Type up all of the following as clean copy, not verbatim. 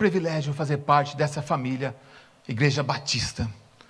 privilégio fazer parte dessa família, Igreja Batista,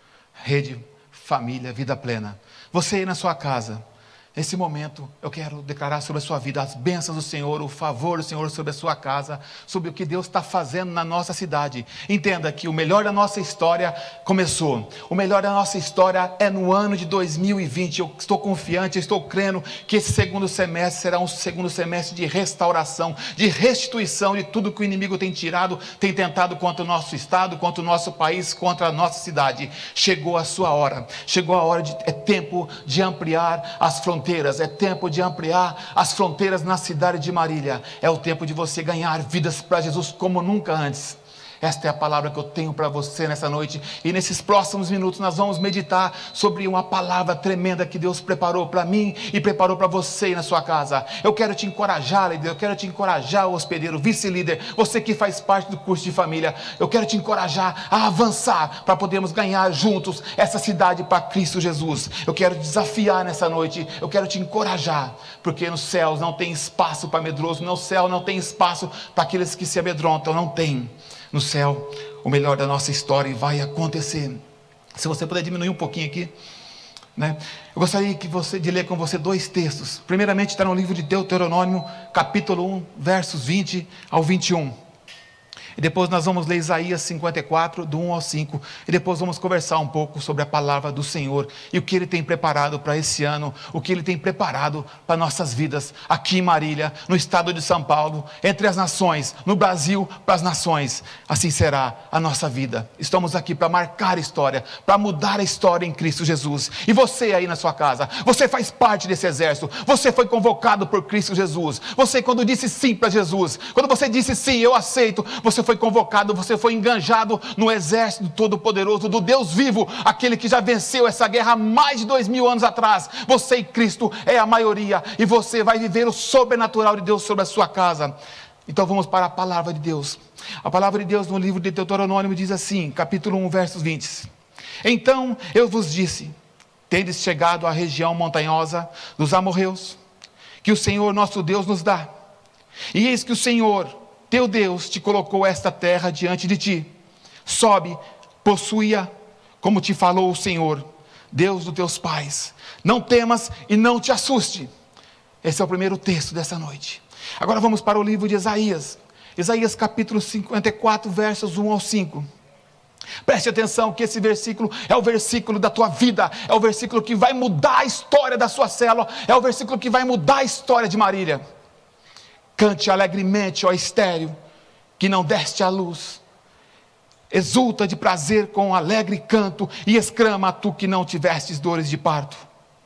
Rede Família Vida Plena. Você aí na sua casa, nesse momento, eu quero declarar sobre a sua vida as bênçãos do Senhor, o favor do Senhor sobre a sua casa, sobre o que Deus está fazendo na nossa cidade. Entenda que o melhor da nossa história começou. O melhor da nossa história é no ano de 2020. Eu estou confiante, eu estou crendo que esse segundo semestre será um segundo semestre de restauração, de restituição de tudo que o inimigo tem tirado, tem tentado contra o nosso estado, contra o nosso país, contra a nossa cidade. Chegou a sua hora. Chegou a hora é tempo de ampliar as fronteiras. É tempo de ampliar as fronteiras na cidade de Marília. É o tempo de você ganhar vidas para Jesus como nunca antes. Esta é a palavra que eu tenho para você nessa noite. E nesses próximos minutos nós vamos meditar sobre uma palavra tremenda que Deus preparou para mim e preparou para você aí na sua casa. Eu quero te encorajar, líder. Eu quero te encorajar, hospedeiro, vice-líder. Você que faz parte do curso de família. Eu quero te encorajar a avançar para podermos ganhar juntos essa cidade para Cristo Jesus. Eu quero te desafiar nessa noite. Eu quero te encorajar. Porque nos céus não tem espaço para medroso. No céu não tem espaço para aqueles que se amedrontam. Não tem. No céu, o melhor da nossa história vai acontecer. Se você puder diminuir um pouquinho aqui, né? Eu gostaria de ler com você 2 textos. Primeiramente está no livro de Deuteronômio, capítulo 1, versos 20 ao 21. E depois nós vamos ler Isaías 54, do 1 ao 5. E depois vamos conversar um pouco sobre a palavra do Senhor. E o que Ele tem preparado para esse ano. O que Ele tem preparado para nossas vidas. Aqui em Marília, no estado de São Paulo. Entre as nações. No Brasil, para as nações. Assim será a nossa vida. Estamos aqui para marcar a história. Para mudar a história em Cristo Jesus. E você aí na sua casa. Você faz parte desse exército. Você foi convocado por Cristo Jesus. Você quando disse sim para Jesus. Quando você disse sim, eu aceito. Você foi convocado, você foi enganjado no exército todo-poderoso do Deus vivo, aquele que já venceu essa guerra há mais de 2000 anos atrás. Você e Cristo é a maioria, e você vai viver o sobrenatural de Deus sobre a sua casa. Então vamos para a palavra de Deus. A palavra de Deus no livro de Deuteronômio diz assim, capítulo 1, versos 20. Então eu vos disse, tendes chegado à região montanhosa dos amorreus, que o Senhor nosso Deus nos dá. E eis que o Senhor teu Deus te colocou esta terra diante de ti. Sobe, possui-a, como te falou o Senhor, Deus dos teus pais. Não temas e não te assuste. Esse é o primeiro texto dessa noite. Agora vamos para o livro de Isaías. Isaías capítulo 54, versos 1 ao 5. Preste atenção que esse versículo é o versículo da tua vida. É o versículo que vai mudar a história da sua célula. É o versículo que vai mudar a história de Marília. Cante alegremente, ó estéril, que não deste à luz. Exulta de prazer com um alegre canto, e exclama, tu que não tivestes dores de parto.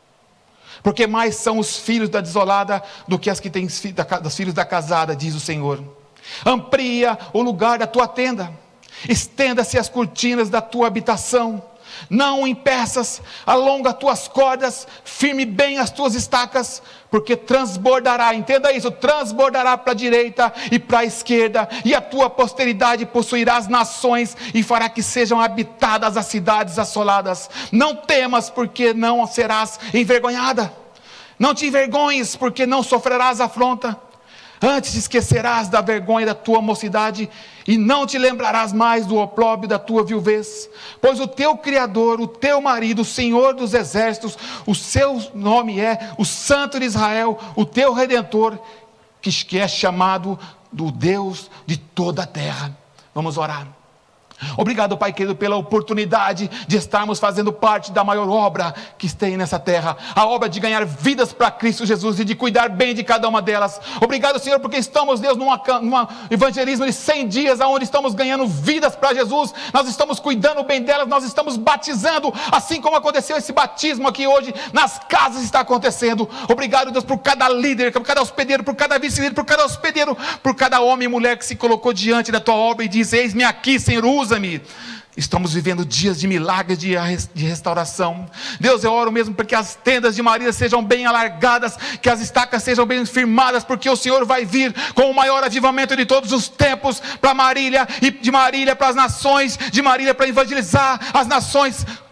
Porque mais são os filhos da desolada do que as que têm dos filhos da casada, diz o Senhor. Amplia o lugar da tua tenda, estenda-se as cortinas da tua habitação. Não impeças, alonga tuas cordas, firme bem as tuas estacas, porque transbordará, entenda isso, transbordará para a direita e para a esquerda, e a tua posteridade possuirá as nações, e fará que sejam habitadas as cidades assoladas. Não temas, porque não serás envergonhada. Não te envergonhes, porque não sofrerás afronta. Antes esquecerás da vergonha da tua mocidade, e não te lembrarás mais do opróbrio da tua viuvez. Pois o teu Criador, o teu marido, o Senhor dos exércitos, o seu nome é o Santo de Israel, o teu Redentor, que é chamado do Deus de toda a terra. Vamos orar. Obrigado, Pai querido, pela oportunidade de estarmos fazendo parte da maior obra que tem nessa terra, a obra de ganhar vidas para Cristo Jesus e de cuidar bem de cada uma delas. Obrigado, Senhor, porque estamos, Deus, num evangelismo de 100 dias, onde estamos ganhando vidas para Jesus, nós estamos cuidando bem delas, nós estamos batizando, assim como aconteceu esse batismo aqui hoje, nas casas está acontecendo. Obrigado, Deus, por cada líder, por cada hospedeiro, por cada vice-líder, por cada hospedeiro, por cada homem e mulher que se colocou diante da tua obra e diz, eis-me aqui, Senhor, usa-me. Estamos vivendo dias de milagres, de restauração. Deus, eu oro mesmo para que as tendas de Marília sejam bem alargadas, que as estacas sejam bem firmadas, porque o Senhor vai vir com o maior avivamento de todos os tempos para Marília, e de Marília para as nações, de Marília para evangelizar as nações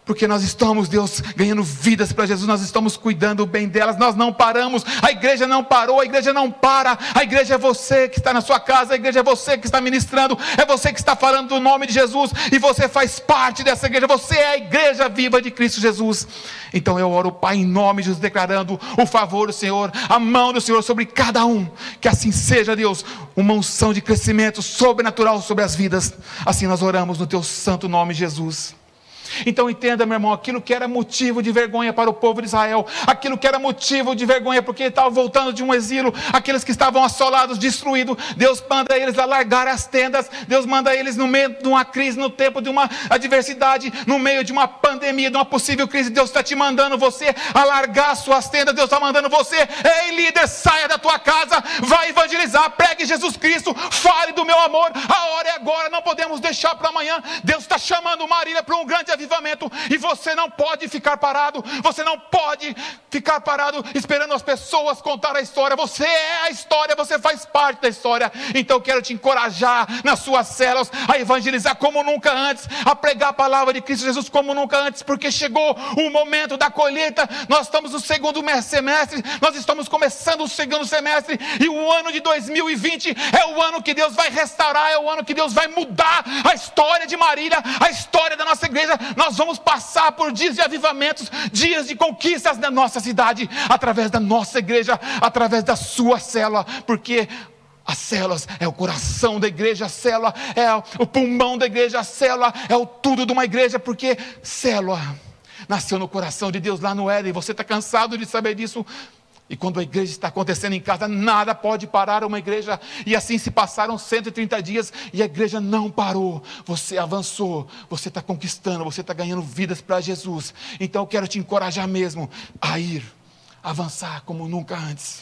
Porque nós estamos, Deus, ganhando vidas para Jesus, nós estamos cuidando bem delas, nós não paramos, a igreja não parou, a igreja não para, a igreja é você que está na sua casa, a igreja é você que está ministrando, é você que está falando do nome de Jesus, e você faz parte dessa igreja, você é a igreja viva de Cristo Jesus. Então eu oro, Pai, em nome de Jesus, declarando o favor do Senhor, a mão do Senhor sobre cada um, que assim seja, Deus, uma unção de crescimento sobrenatural sobre as vidas, assim nós oramos no teu santo nome, Jesus. Então entenda, meu irmão, aquilo que era motivo de vergonha para o povo de Israel, aquilo que era motivo de vergonha porque ele estava voltando de um exílio, aqueles que estavam assolados, destruídos, Deus manda eles alargar as tendas, Deus manda eles no meio de uma crise, no tempo de uma adversidade, no meio de uma pandemia, de uma possível crise, Deus está te mandando você alargar suas tendas, Deus está mandando você, ei líder, saia da tua casa, vai evangelizar, pregue Jesus Cristo, fale do meu amor, a hora é agora, não podemos deixar para amanhã. Deus está chamando Marília para um grande avivamento, e você não pode ficar parado, você não pode ficar parado esperando as pessoas contar a história, você é a história, você faz parte da história. Então eu quero te encorajar nas suas células, a evangelizar como nunca antes, a pregar a palavra de Cristo Jesus como nunca antes, porque chegou o momento da colheita, nós estamos no segundo semestre, nós estamos começando o segundo semestre, e o ano de 2020 é o ano que Deus vai restaurar, é o ano que Deus vai mudar a história de Marília, a história da nossa igreja. Nós vamos passar por dias de avivamentos, dias de conquistas na nossa cidade, através da nossa igreja, através da sua célula, porque as células é o coração da igreja, a célula é o pulmão da igreja, a célula é o tudo de uma igreja, porque célula nasceu no coração de Deus lá no Éden. Você está cansado de saber disso? E quando a igreja está acontecendo em casa, nada pode parar uma igreja. E assim se passaram 130 dias e a igreja não parou. Você avançou, você está conquistando, você está ganhando vidas para Jesus. Então eu quero te encorajar mesmo a ir, avançar como nunca antes.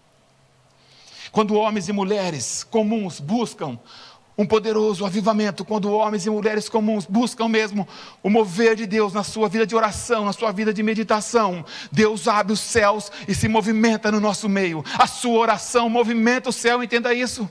Quando homens e mulheres comuns buscam um poderoso avivamento, quando homens e mulheres comuns buscam mesmo o mover de Deus na sua vida de oração, na sua vida de meditação, Deus abre os céus e se movimenta no nosso meio. A sua oração movimenta o céu, entenda isso.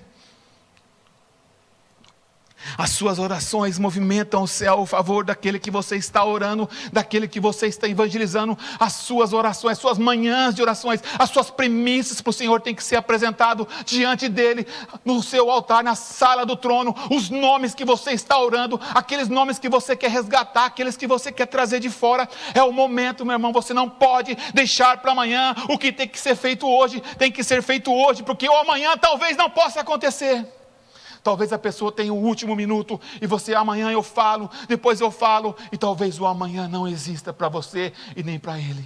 As suas orações movimentam o céu a favor daquele que você está orando, daquele que você está evangelizando. As suas orações, as suas manhãs de orações, as suas premissas para o Senhor tem que ser apresentado diante dele, no seu altar, na sala do trono. Os nomes que você está orando, aqueles nomes que você quer resgatar, aqueles que você quer trazer de fora, é o momento, meu irmão. Você não pode deixar para amanhã. O que tem que ser feito hoje, tem que ser feito hoje, porque o amanhã talvez não possa acontecer. Talvez a pessoa tenha o último minuto e você, amanhã eu falo, depois eu falo, e talvez o amanhã não exista para você e nem para ele.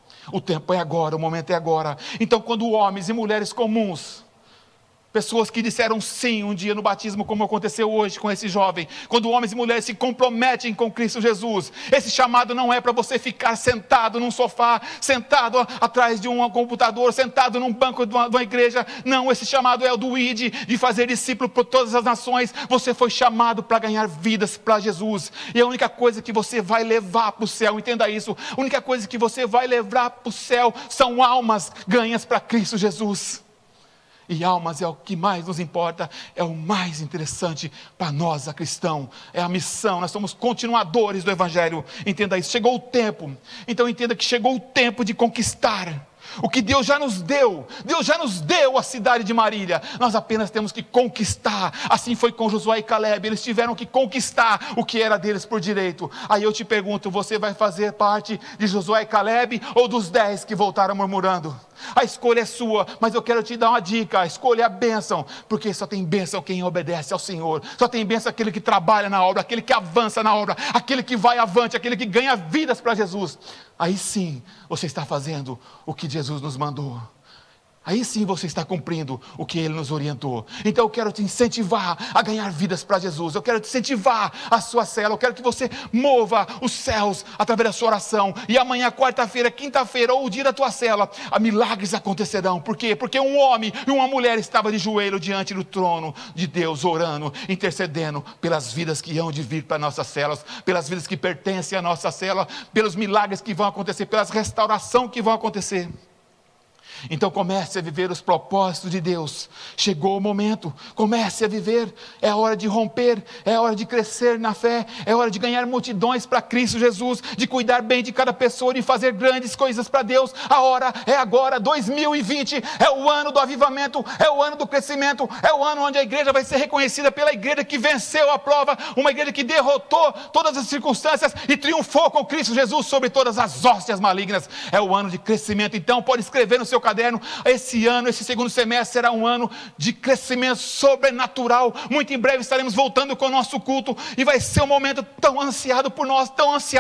O tempo é agora, o momento é agora. Então quando homens e mulheres comuns, pessoas que disseram sim um dia no batismo, como aconteceu hoje com esse jovem, quando homens e mulheres se comprometem com Cristo Jesus, esse chamado não é para você ficar sentado num sofá, sentado atrás de um computador, sentado num banco de uma igreja. Não, esse chamado é o do ID, de fazer discípulo por todas as nações. Você foi chamado para ganhar vidas para Jesus, e a única coisa que você vai levar para o céu, entenda isso, a única coisa que você vai levar para o céu são almas ganhas para Cristo Jesus. E almas é o que mais nos importa, é o mais interessante para nós, a cristão, é a missão. Nós somos continuadores do Evangelho, entenda isso. Chegou o tempo, então entenda que chegou o tempo de conquistar o que Deus já nos deu. Deus já nos deu a cidade de Marília, nós apenas temos que conquistar. Assim foi com Josué e Caleb, eles tiveram que conquistar o que era deles por direito. Aí eu te pergunto, você vai fazer parte de Josué e Caleb ou dos 10 que voltaram murmurando? A escolha é sua, mas eu quero te dar uma dica: a escolha é a bênção, porque só tem bênção quem obedece ao Senhor, só tem bênção aquele que trabalha na obra, aquele que avança na obra, aquele que vai avante, aquele que ganha vidas para Jesus. Aí sim, você está fazendo o que Jesus nos mandou. Aí sim você está cumprindo o que Ele nos orientou. Então eu quero te incentivar a ganhar vidas para Jesus. Eu quero te incentivar a sua célula. Eu quero que você mova os céus através da sua oração. E amanhã, quarta-feira, quinta-feira, ou o dia da tua célula, milagres acontecerão. Por quê? Porque um homem e uma mulher estavam de joelho diante do trono de Deus, orando, intercedendo pelas vidas que hão de vir para nossas células, pelas vidas que pertencem à nossa célula, pelos milagres que vão acontecer, pelas restaurações que vão acontecer. Então comece a viver os propósitos de Deus. Chegou o momento, comece a viver. É hora de romper, é hora de crescer na fé, é hora de ganhar multidões para Cristo Jesus, de cuidar bem de cada pessoa, de fazer grandes coisas para Deus. A hora é agora. 2020 é o ano do avivamento, é o ano do crescimento, é o ano onde a igreja vai ser reconhecida pela igreja que venceu a prova, uma igreja que derrotou todas as circunstâncias e triunfou com Cristo Jesus sobre todas as hóstias malignas. É o ano de crescimento. Então pode escrever no seu caderno: esse ano, esse segundo semestre será um ano de crescimento sobrenatural. Muito em breve estaremos voltando com o nosso culto e vai ser um momento tão ansiado por nós,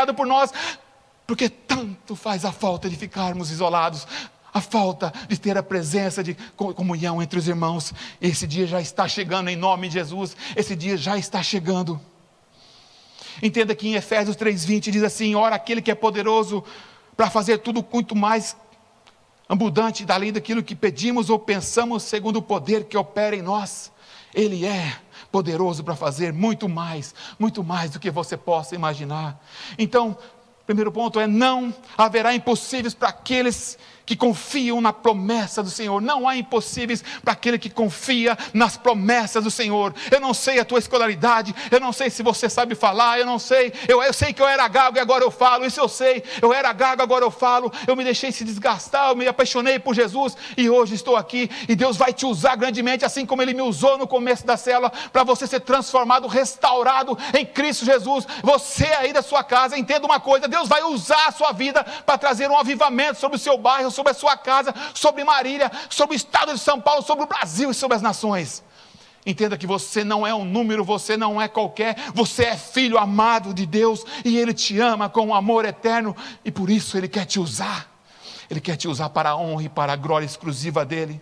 porque tanto faz a falta de ficarmos isolados, a falta de ter a presença de comunhão entre os irmãos. Esse dia já está chegando, em nome de Jesus. Esse dia já está chegando. Entenda que em Efésios 3:20 diz assim: ora, aquele que é poderoso para fazer tudo muito mais abundante, além daquilo que pedimos ou pensamos, segundo o poder que opera em nós. Ele é poderoso para fazer muito mais do que você possa imaginar. Então, primeiro ponto é: não haverá impossíveis para aqueles que confiam na promessa do Senhor. Não há impossíveis para aquele que confia nas promessas do Senhor. Eu não sei a tua escolaridade, eu não sei se você sabe falar, eu sei que eu era gago e agora eu falo, isso eu sei, eu era gago, agora eu falo, eu me deixei se desgastar, eu me apaixonei por Jesus e hoje estou aqui, e Deus vai te usar grandemente, assim como Ele me usou no começo da célula, para você ser transformado, restaurado em Cristo Jesus. Você aí da sua casa, entenda uma coisa: Deus vai usar a sua vida para trazer um avivamento sobre o seu bairro, sobre a sua casa, sobre Marília, sobre o estado de São Paulo, sobre o Brasil e sobre as nações. Entenda que você não é um número, você não é qualquer, você é filho amado de Deus, e Ele te ama com um amor eterno, e por isso Ele quer te usar. Ele quer te usar para a honra e para a glória exclusiva dEle.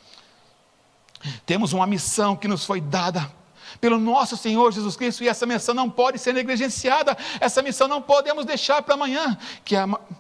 Temos uma missão que nos foi dada pelo nosso Senhor Jesus Cristo, e essa missão não pode ser negligenciada, essa missão não podemos deixar para amanhã, que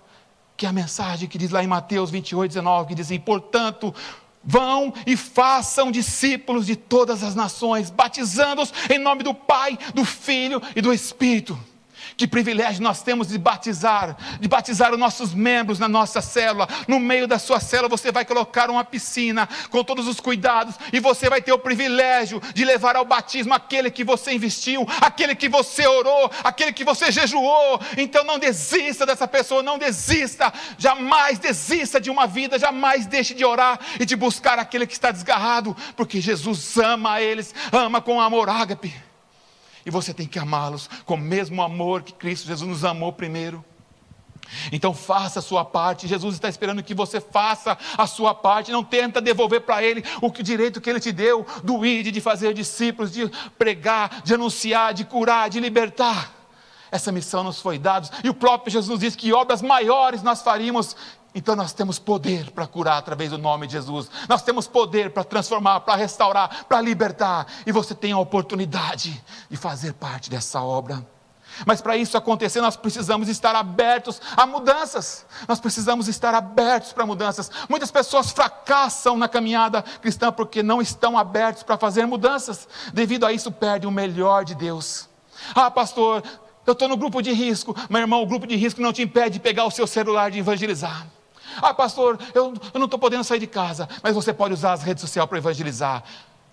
é a mensagem que diz lá em Mateus 28:19, que diz assim: portanto, vão e façam discípulos de todas as nações, batizando-os em nome do Pai, do Filho e do Espírito. Que privilégio nós temos de batizar os nossos membros na nossa célula. No meio da sua célula você vai colocar uma piscina com todos os cuidados, e você vai ter o privilégio de levar ao batismo aquele que você investiu, aquele que você orou, aquele que você jejuou. Então não desista dessa pessoa, não desista, jamais desista de uma vida, jamais deixe de orar e de buscar aquele que está desgarrado, porque Jesus ama eles, ama com amor ágape. E você tem que amá-los com o mesmo amor que Cristo Jesus nos amou primeiro. Então faça a sua parte. Jesus está esperando que você faça a sua parte. Não tenta devolver para Ele o direito que Ele te deu, do ir, de fazer discípulos, de pregar, de anunciar, de curar, de libertar. Essa missão nos foi dada, e o próprio Jesus nos disse que obras maiores nós faríamos. Então nós temos poder para curar através do nome de Jesus. Nós temos poder para transformar, para restaurar, para libertar. E você tem a oportunidade de fazer parte dessa obra. Mas para isso acontecer, nós precisamos estar abertos a mudanças. Nós precisamos estar abertos para mudanças. Muitas pessoas fracassam na caminhada cristã porque não estão abertos para fazer mudanças. Devido a isso, perdem o melhor de Deus. Ah, pastor, eu estou no grupo de risco. Meu irmão, o grupo de risco não te impede de pegar o seu celular e de evangelizar. Ah, pastor, eu não estou podendo sair de casa, mas você pode usar as redes sociais para evangelizar.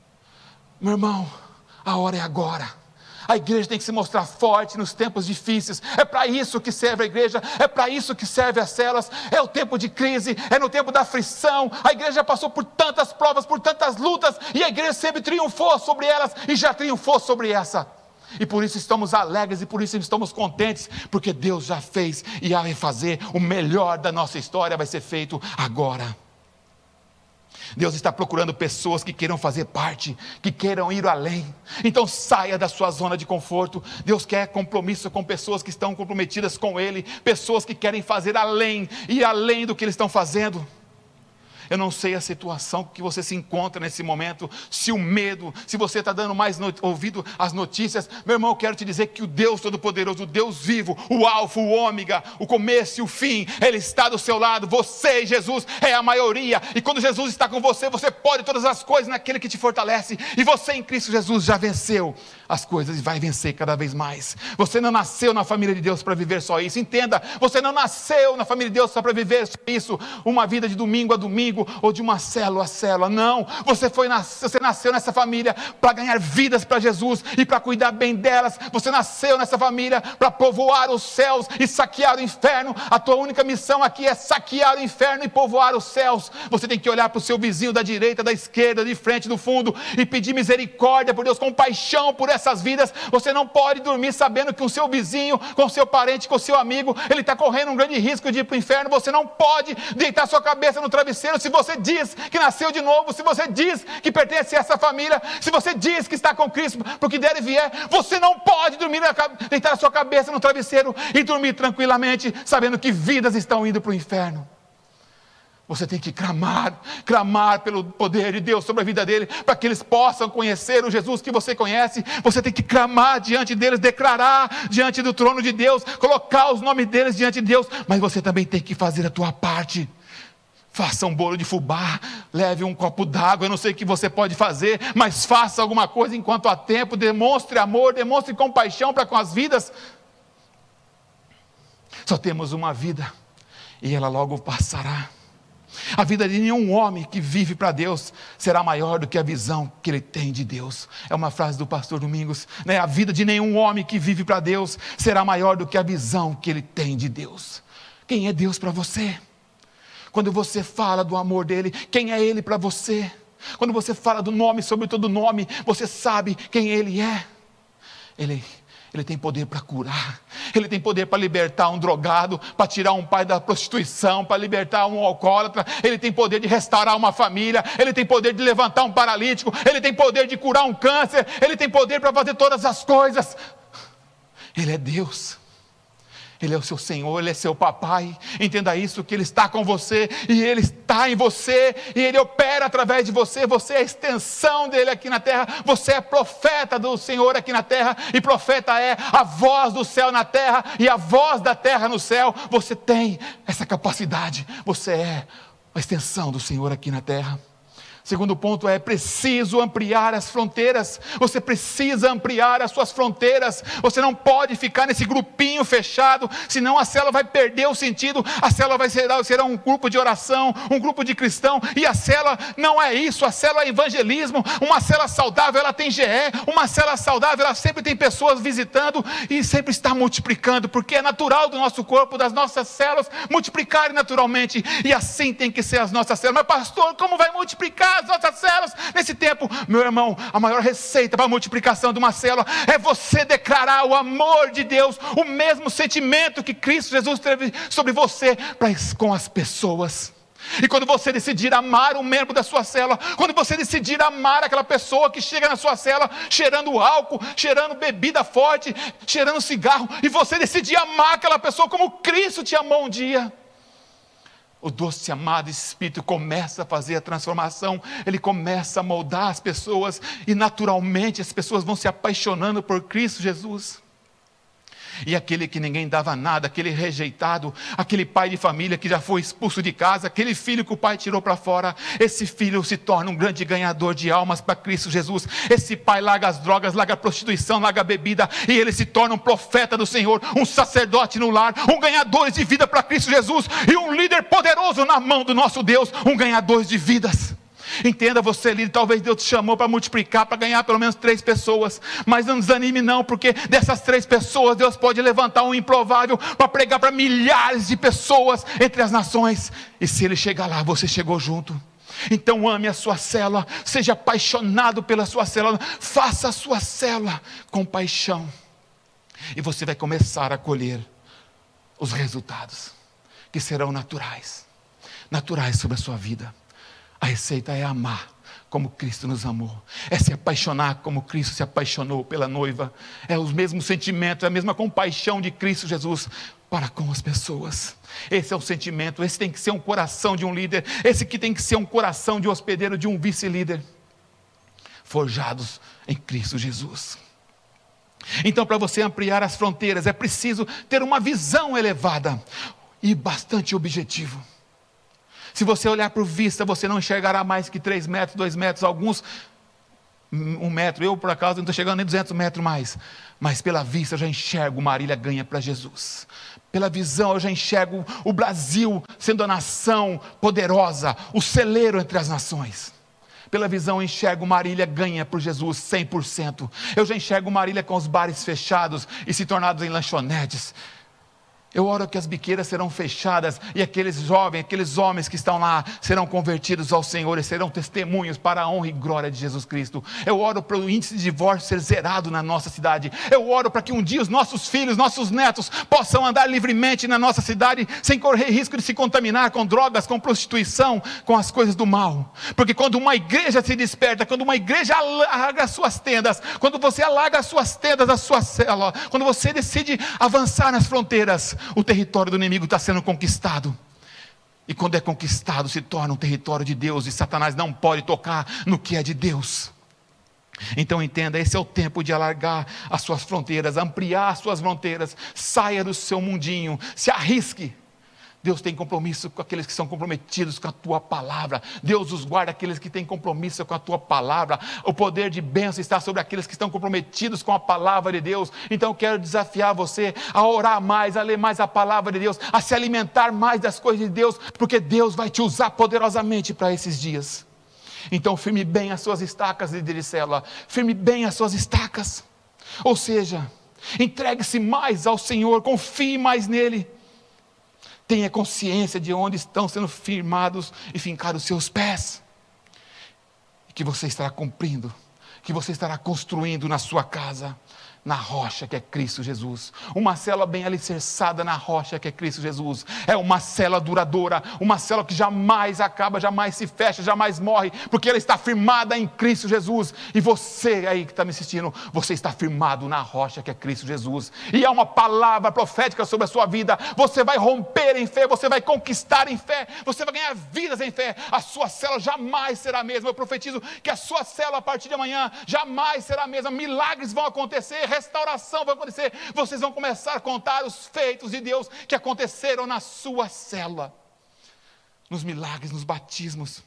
Meu irmão, a hora é agora. A igreja tem que se mostrar forte nos tempos difíceis. É para isso que serve a igreja, é para isso que serve as células. É o tempo de crise, é no tempo da aflição. A igreja já passou por tantas provas, por tantas lutas, e a igreja sempre triunfou sobre elas, e já triunfou sobre essa. E por isso estamos alegres, e por isso estamos contentes, porque Deus já fez, e vai fazer o melhor da nossa história, vai ser feito agora. Deus está procurando pessoas que queiram fazer parte, que queiram ir além. Então saia da sua zona de conforto. Deus quer compromisso com pessoas que estão comprometidas com Ele, pessoas que querem fazer além, e além do que eles estão fazendo. Eu não sei a situação que você se encontra nesse momento, se o medo, se você está dando mais ouvido às notícias. Meu irmão, eu quero te dizer que o Deus Todo-Poderoso, o Deus vivo, o Alfa, o Ômega, o começo e o fim, Ele está do seu lado. Você e Jesus é a maioria, e quando Jesus está com você, você pode todas as coisas naquele que te fortalece, e você em Cristo Jesus já venceu as coisas e vai vencer cada vez mais. Você não nasceu na família de Deus para viver só isso, entenda, você não nasceu na família de Deus só para viver só isso, uma vida de domingo a domingo, amigo ou de uma célula a célula. Não, você nasceu nessa família para ganhar vidas para Jesus e para cuidar bem delas. Você nasceu nessa família para povoar os céus e saquear o inferno. A tua única missão aqui é saquear o inferno e povoar os céus. Você tem que olhar para o seu vizinho da direita, da esquerda, de frente, do fundo e pedir misericórdia por Deus, compaixão por essas vidas. Você não pode dormir sabendo que o seu vizinho, com o seu parente, com o seu amigo, ele está correndo um grande risco de ir para o inferno. Você não pode deitar sua cabeça no travesseiro se você diz que nasceu de novo, se você diz que pertence a essa família, se você diz que está com Cristo, porque der e vier, você não pode deitar a sua cabeça no travesseiro e dormir tranquilamente, sabendo que vidas estão indo para o inferno. Você tem que clamar pelo poder de Deus sobre a vida dele, para que eles possam conhecer o Jesus que você conhece. Você tem que clamar diante deles, declarar diante do trono de Deus, colocar os nomes deles diante de Deus, mas você também tem que fazer a tua parte. Faça um bolo de fubá, leve um copo d'água, eu não sei o que você pode fazer, mas faça alguma coisa enquanto há tempo, demonstre amor, demonstre compaixão para com as vidas. Só temos uma vida, e ela logo passará. A vida de nenhum homem que vive para Deus será maior do que a visão que ele tem de Deus. É uma frase do pastor Domingos, né? A vida de nenhum homem que vive para Deus será maior do que a visão que ele tem de Deus. Quem é Deus para você? Quando você fala do amor dele, quem é ele para você? Quando você fala do nome sobre todo nome, você sabe quem ele é. Ele tem poder para curar, ele tem poder para libertar um drogado, para tirar um pai da prostituição, para libertar um alcoólatra, ele tem poder de restaurar uma família, ele tem poder de levantar um paralítico, ele tem poder de curar um câncer, ele tem poder para fazer todas as coisas. Ele é Deus. Ele é o seu Senhor, Ele é seu papai. Entenda isso, que Ele está com você e Ele está em você e Ele opera através de você. Você é a extensão dEle aqui na terra. Você é profeta do Senhor aqui na terra, e profeta é a voz do céu na terra e a voz da terra no céu. Você tem essa capacidade. Você é a extensão do Senhor aqui na terra. Segundo ponto é preciso ampliar as fronteiras. Você precisa ampliar as suas fronteiras. Você não pode ficar nesse grupinho fechado, senão a célula vai perder o sentido. A célula será um grupo de oração, um grupo de cristão, e a célula não é isso. A célula é evangelismo. Uma célula saudável, ela tem GE. Uma célula saudável, ela sempre tem pessoas visitando e sempre está multiplicando, porque é natural do nosso corpo, das nossas células, multiplicarem naturalmente, e assim tem que ser as nossas células. Mas pastor, como vai multiplicar as nossas células nesse tempo? Meu irmão, a maior receita para a multiplicação de uma célula é você declarar o amor de Deus, o mesmo sentimento que Cristo Jesus teve sobre você com as pessoas. E quando você decidir amar um membro da sua célula, quando você decidir amar aquela pessoa que chega na sua célula cheirando álcool, cheirando bebida forte, cheirando cigarro, e você decidir amar aquela pessoa como Cristo te amou um dia, o doce amado Espírito começa a fazer a transformação, ele começa a moldar as pessoas, e naturalmente as pessoas vão se apaixonando por Cristo Jesus. E aquele que ninguém dava nada, aquele rejeitado, aquele pai de família que já foi expulso de casa, aquele filho que o pai tirou para fora, esse filho se torna um grande ganhador de almas para Cristo Jesus. Esse pai larga as drogas, larga a prostituição, larga a bebida, e ele se torna um profeta do Senhor, um sacerdote no lar, um ganhador de vida para Cristo Jesus, e um líder poderoso na mão do nosso Deus, um ganhador de vidas. Entenda, você líder, talvez Deus te chamou para multiplicar, para ganhar pelo menos 3 pessoas, mas não desanime não, porque dessas 3 pessoas Deus pode levantar um improvável para pregar para milhares de pessoas entre as nações, e se ele chegar lá, você chegou junto. Então ame a sua célula, seja apaixonado pela sua célula, faça a sua célula com paixão, e você vai começar a colher os resultados que serão naturais sobre a sua vida. A receita é amar como Cristo nos amou, é se apaixonar como Cristo se apaixonou pela noiva, é os mesmos sentimentos, é a mesma compaixão de Cristo Jesus para com as pessoas. Esse é o sentimento, esse tem que ser um coração de um líder, esse que tem que ser um coração de um hospedeiro, de um vice-líder, forjados em Cristo Jesus. Então, para você ampliar as fronteiras, é preciso ter uma visão elevada e bastante objetivo. Se você olhar por vista, você não enxergará mais que 3 metros, 2 metros, alguns 1 metro. Eu, por acaso, não estou chegando nem 200 metros mais. Mas pela vista eu já enxergo uma Marília ganha para Jesus. Pela visão eu já enxergo o Brasil sendo a nação poderosa, o celeiro entre as nações. Pela visão eu enxergo Marília ganha por Jesus 100%. Eu já enxergo Marília com os bares fechados e se tornados em lanchonetes. Eu oro que as biqueiras serão fechadas e aqueles jovens, aqueles homens que estão lá serão convertidos ao Senhor e serão testemunhos para a honra e glória de Jesus Cristo. Eu oro para o índice de divórcio ser zerado na nossa cidade. Eu oro para que um dia os nossos filhos, nossos netos possam andar livremente na nossa cidade sem correr risco de se contaminar com drogas, com prostituição, com as coisas do mal. Porque quando uma igreja se desperta, quando uma igreja alarga as suas tendas, quando você alarga as suas tendas, a sua célula, quando você decide avançar nas fronteiras, o território do inimigo está sendo conquistado. E quando é conquistado, se torna um território de Deus. E Satanás não pode tocar no que é de Deus. Então entenda, esse é o tempo de alargar as suas fronteiras, ampliar as suas fronteiras. Saia do seu mundinho, se arrisque. Deus tem compromisso com aqueles que são comprometidos com a tua palavra. Deus os guarda aqueles que têm compromisso com a tua palavra. O poder de bênção está sobre aqueles que estão comprometidos com a palavra de Deus. Então eu quero desafiar você a orar mais, a ler mais a palavra de Deus, a se alimentar mais das coisas de Deus, porque Deus vai te usar poderosamente para esses dias. Então firme bem as suas estacas, líder de célula. Firme bem as suas estacas. Ou seja, entregue-se mais ao Senhor, confie mais nele. Tenha consciência de onde estão sendo firmados e fincados os seus pés. Que você estará cumprindo, que você estará construindo na sua casa, na rocha que é Cristo Jesus. Uma célula bem alicerçada na rocha que é Cristo Jesus. É uma célula duradoura, uma célula que jamais acaba, jamais se fecha, jamais morre, porque ela está firmada em Cristo Jesus. E você aí que está me assistindo, você está firmado na rocha que é Cristo Jesus. E há uma palavra profética sobre a sua vida. Você vai romper em fé, você vai conquistar em fé, você vai ganhar vidas em fé. A sua célula jamais será a mesma. Eu profetizo que a sua célula a partir de amanhã jamais será a mesma. Milagres vão acontecer, restauração vai acontecer. Vocês vão começar a contar os feitos de Deus que aconteceram na sua célula, nos milagres, nos batismos.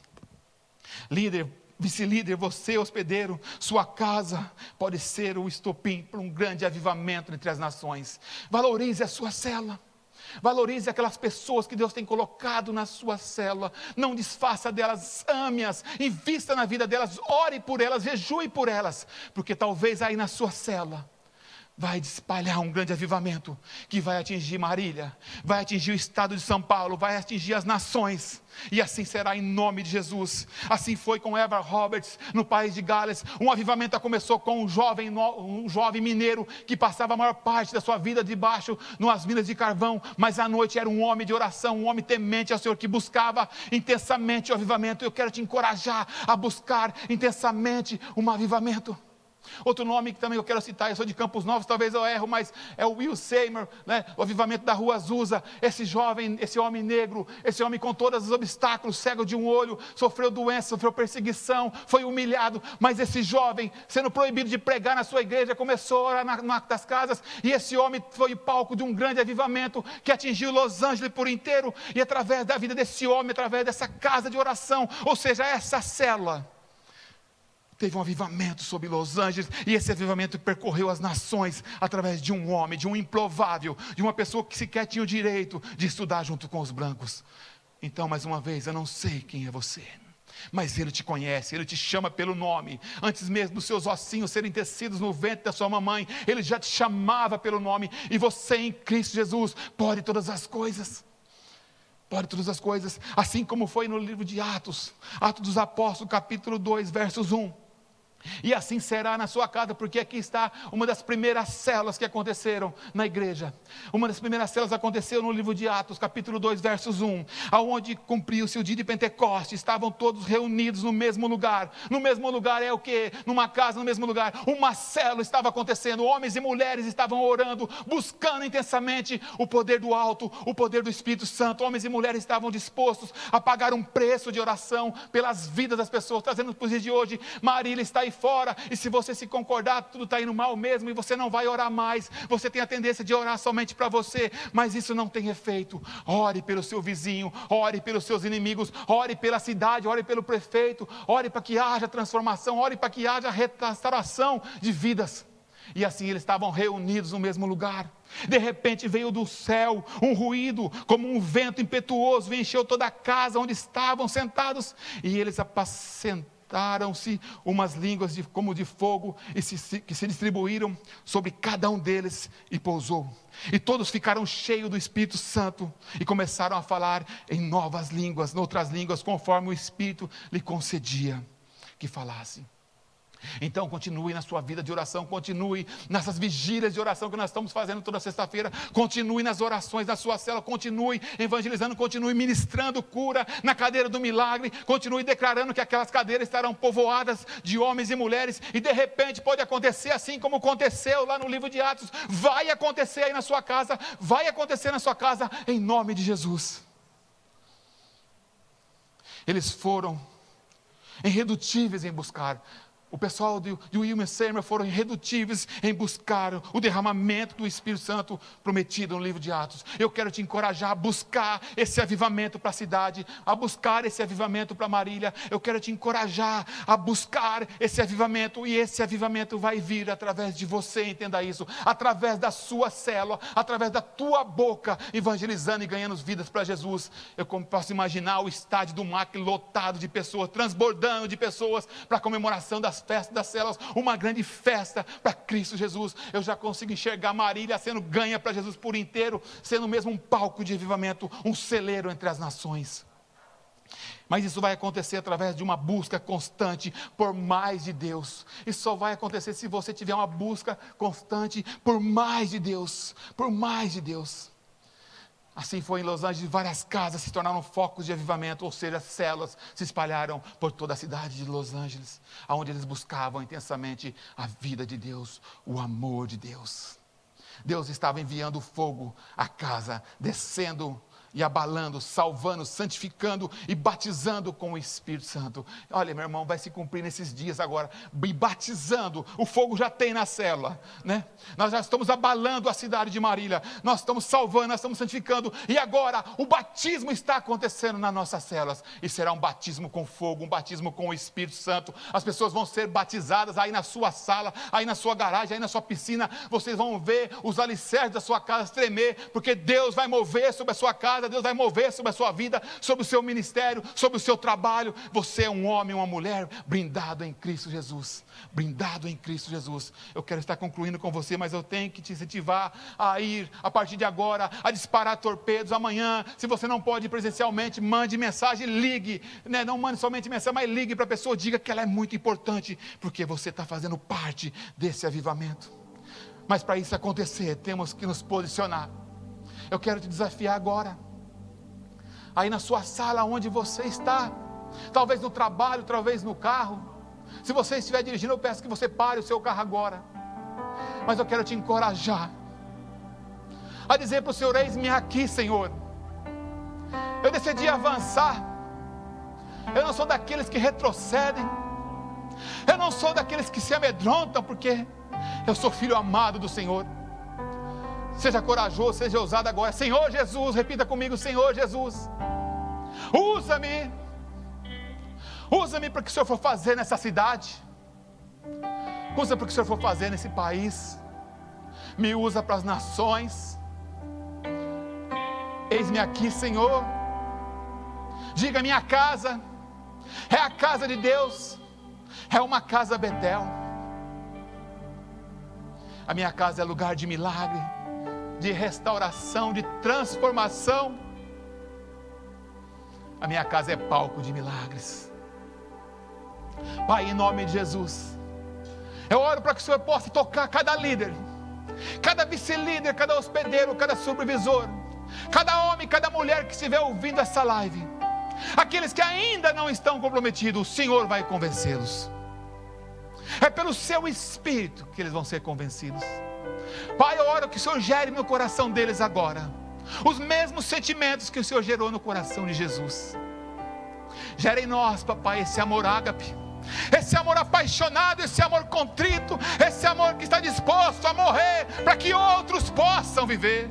Líder, vice-líder, você hospedeiro, sua casa pode ser o estopim para um grande avivamento entre as nações. Valorize a sua célula. Valorize aquelas pessoas que Deus tem colocado na sua célula. Não desfaça delas, ame-as, invista na vida delas, ore por elas, jejue por elas, porque talvez aí na sua célula vai espalhar um grande avivamento que vai atingir Marília, vai atingir o estado de São Paulo, vai atingir as nações. E assim será em nome de Jesus. Assim foi com Eva Roberts no país de Gales. Um avivamento começou com um jovem mineiro que passava a maior parte da sua vida debaixo nas minas de carvão, mas à noite era um homem de oração, um homem temente ao Senhor, que buscava intensamente o avivamento. Eu quero te encorajar a buscar intensamente um avivamento. Outro nome que também eu quero citar, eu sou de Campos Novos, talvez eu erro, mas é o Will Seymour, né? O avivamento da rua Azusa. Esse jovem, esse homem negro, esse homem com todos os obstáculos, cego de um olho, sofreu doença, sofreu perseguição, foi humilhado, mas esse jovem, sendo proibido de pregar na sua igreja, começou a orar nas casas, e esse homem foi palco de um grande avivamento que atingiu Los Angeles por inteiro, e através da vida desse homem, através dessa casa de oração, ou seja, essa célula, teve um avivamento sobre Los Angeles, e esse avivamento percorreu as nações, através de um homem, de um improvável, de uma pessoa que sequer tinha o direito de estudar junto com os brancos. Então, mais uma vez, eu não sei quem é você, mas Ele te conhece, Ele te chama pelo nome. Antes mesmo dos seus ossinhos serem tecidos no ventre da sua mamãe, Ele já te chamava pelo nome, e você em Cristo Jesus pode todas as coisas. Pode todas as coisas, assim como foi no livro de Atos dos Apóstolos, capítulo 2, versos 1. E assim será na sua casa, porque aqui está uma das primeiras células que aconteceram na igreja. Uma das primeiras células aconteceu no livro de Atos, capítulo 2, versos 1, aonde cumpriu-se o dia de Pentecostes, estavam todos reunidos no mesmo lugar. No mesmo lugar é o quê? Numa casa, no mesmo lugar, uma célula estava acontecendo, homens e mulheres estavam orando, buscando intensamente o poder do alto, o poder do Espírito Santo. Homens e mulheres estavam dispostos a pagar um preço de oração pelas vidas das pessoas, trazendo para os dias de hoje. Marília está aí fora, e se você se concordar, tudo está indo mal mesmo, e você não vai orar mais, você tem a tendência de orar somente para você, mas isso não tem efeito. Ore pelo seu vizinho, ore pelos seus inimigos, ore pela cidade, ore pelo prefeito, ore para que haja transformação, ore para que haja restauração de vidas. E assim eles estavam reunidos no mesmo lugar. De repente veio do céu um ruído, como um vento impetuoso, encheu toda a casa onde estavam sentados. E eles apacentaram-se umas línguas como de fogo, que se distribuíram sobre cada um deles e pousou. E todos ficaram cheios do Espírito Santo e começaram a falar em novas línguas, noutras línguas, conforme o Espírito lhe concedia que falasse. Então continue na sua vida de oração, continue nessas vigílias de oração que nós estamos fazendo toda sexta-feira, continue nas orações da sua célula, continue evangelizando, continue ministrando cura na cadeira do milagre, continue declarando que aquelas cadeiras estarão povoadas de homens e mulheres, e de repente pode acontecer assim como aconteceu lá no livro de Atos, vai acontecer aí na sua casa, vai acontecer na sua casa, em nome de Jesus. Eles foram irredutíveis em buscar. O pessoal de William Seymour foram irredutíveis em buscar o derramamento do Espírito Santo prometido no livro de Atos. Eu quero te encorajar a buscar esse avivamento para a cidade, a buscar esse avivamento para Marília. Eu quero te encorajar a buscar esse avivamento, e esse avivamento vai vir através de você, entenda isso, através da sua célula, através da tua boca, evangelizando e ganhando vidas para Jesus. Eu posso imaginar o estádio do MAC lotado de pessoas, transbordando de pessoas para a comemoração das festas das células, uma grande festa para Cristo Jesus. Eu já consigo enxergar Marília sendo ganha para Jesus por inteiro, sendo mesmo um palco de avivamento, um celeiro entre as nações. Mas isso vai acontecer através de uma busca constante por mais de Deus. Isso só vai acontecer se você tiver uma busca constante por mais de Deus, por mais de Deus. Assim foi em Los Angeles, várias casas se tornaram focos de avivamento, ou seja, células se espalharam por toda a cidade de Los Angeles, onde eles buscavam intensamente a vida de Deus, o amor de Deus. Deus estava enviando fogo à casa, descendo e abalando, salvando, santificando e batizando com o Espírito Santo. Olha, meu irmão, vai se cumprir nesses dias agora, e batizando. O fogo já tem na célula, né? Nós já estamos abalando a cidade de Marília, nós estamos salvando, nós estamos santificando, e agora o batismo está acontecendo nas nossas células, e será um batismo com fogo, um batismo com o Espírito Santo. As pessoas vão ser batizadas aí na sua sala, aí na sua garagem, aí na sua piscina. Vocês vão ver os alicerces da sua casa tremer, porque Deus vai mover sobre a sua casa, Deus vai mover sobre a sua vida, sobre o seu ministério, sobre o seu trabalho. Você é um homem, uma mulher brindado em Cristo Jesus, brindado em Cristo Jesus. Eu quero estar concluindo com você, mas eu tenho que te incentivar a ir, a partir de agora, a disparar torpedos. Amanhã, se você não pode ir presencialmente, mande mensagem, ligue, né? Não mande somente mensagem, mas ligue para a pessoa, diga que ela é muito importante, porque você está fazendo parte desse avivamento. Mas para isso acontecer, temos que nos posicionar. Eu quero te desafiar agora, aí na sua sala onde você está, talvez no trabalho, talvez no carro. Se você estiver dirigindo, eu peço que você pare o seu carro agora, mas eu quero te encorajar a dizer para o Senhor: eis-me aqui, Senhor. Eu decidi avançar. Eu não sou daqueles que retrocedem, eu não sou daqueles que se amedrontam, porque eu sou filho amado do Senhor. Seja corajoso, seja ousado agora. Senhor Jesus, repita comigo: Senhor Jesus, usa-me. Usa-me para o que o Senhor for fazer nessa cidade. Usa para o que o Senhor for fazer nesse país. Me usa para as nações. Eis-me aqui, Senhor. Diga: minha casa é a casa de Deus, é uma casa Betel. A minha casa é lugar de milagre, de restauração, de transformação. A minha casa é palco de milagres. Pai, em nome de Jesus, eu oro para que o Senhor possa tocar cada líder, cada vice-líder, cada hospedeiro, cada supervisor, cada homem, cada mulher que estiver ouvindo essa live. Aqueles que ainda não estão comprometidos, o Senhor vai convencê-los. É pelo seu Espírito que eles vão ser convencidos. Pai, eu oro que o Senhor gere no coração deles agora os mesmos sentimentos que o Senhor gerou no coração de Jesus. Gere em nós, papai, esse amor ágape, esse amor apaixonado, esse amor contrito, esse amor que está disposto a morrer para que outros possam viver.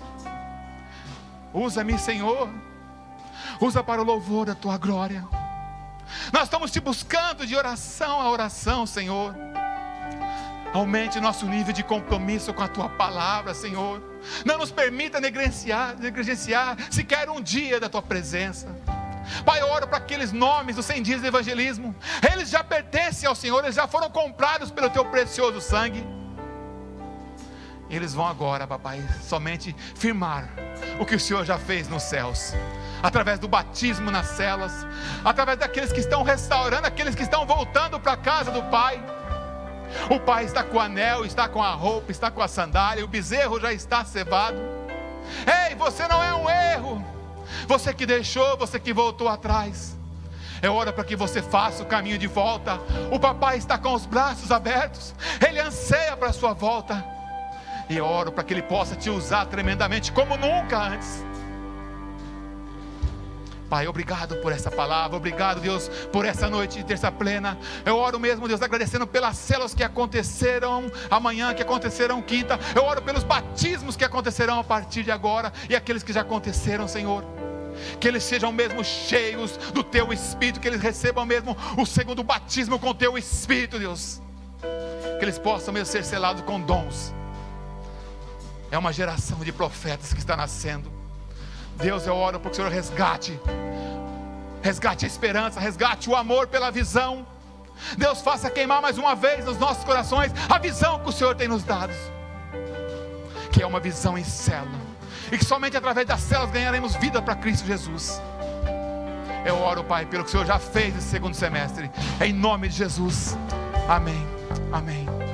Usa-me, Senhor, usa para o louvor da tua glória. Nós estamos te buscando de oração a oração, Senhor. Aumente nosso nível de compromisso com a Tua palavra, Senhor. Não nos permita negligenciar sequer um dia da Tua presença. Pai, eu oro para aqueles nomes dos 100 dias de evangelismo. Eles já pertencem ao Senhor, eles já foram comprados pelo Teu precioso sangue. Eles vão agora, papai, somente firmar o que o Senhor já fez nos céus, através do batismo nas celas, através daqueles que estão restaurando, aqueles que estão voltando para a casa do Pai. O pai está com o anel, está com a roupa, está com a sandália, o bezerro já está cevado. Ei, você não é um erro. Você que deixou, você que voltou atrás, é hora para que você faça o caminho de volta. O papai está com os braços abertos, ele anseia para a sua volta. E eu oro para que ele possa te usar tremendamente como nunca antes. Pai, obrigado por essa palavra, obrigado, Deus, por essa noite de terça plena. Eu oro mesmo, Deus, agradecendo pelas células que acontecerão amanhã, que acontecerão quinta. Eu oro pelos batismos que acontecerão a partir de agora e aqueles que já aconteceram, Senhor. Que eles sejam mesmo cheios do Teu Espírito, que eles recebam mesmo o segundo batismo com o Teu Espírito, Deus. Que eles possam mesmo ser selados com dons. É uma geração de profetas que está nascendo. Deus, eu oro para que o Senhor resgate a esperança, resgate o amor pela visão. Deus, faça queimar mais uma vez nos nossos corações a visão que o Senhor tem nos dado, que é uma visão em célula, e que somente através das células ganharemos vida para Cristo Jesus. Eu oro, Pai, pelo que o Senhor já fez nesse segundo semestre, em nome de Jesus, amém, amém.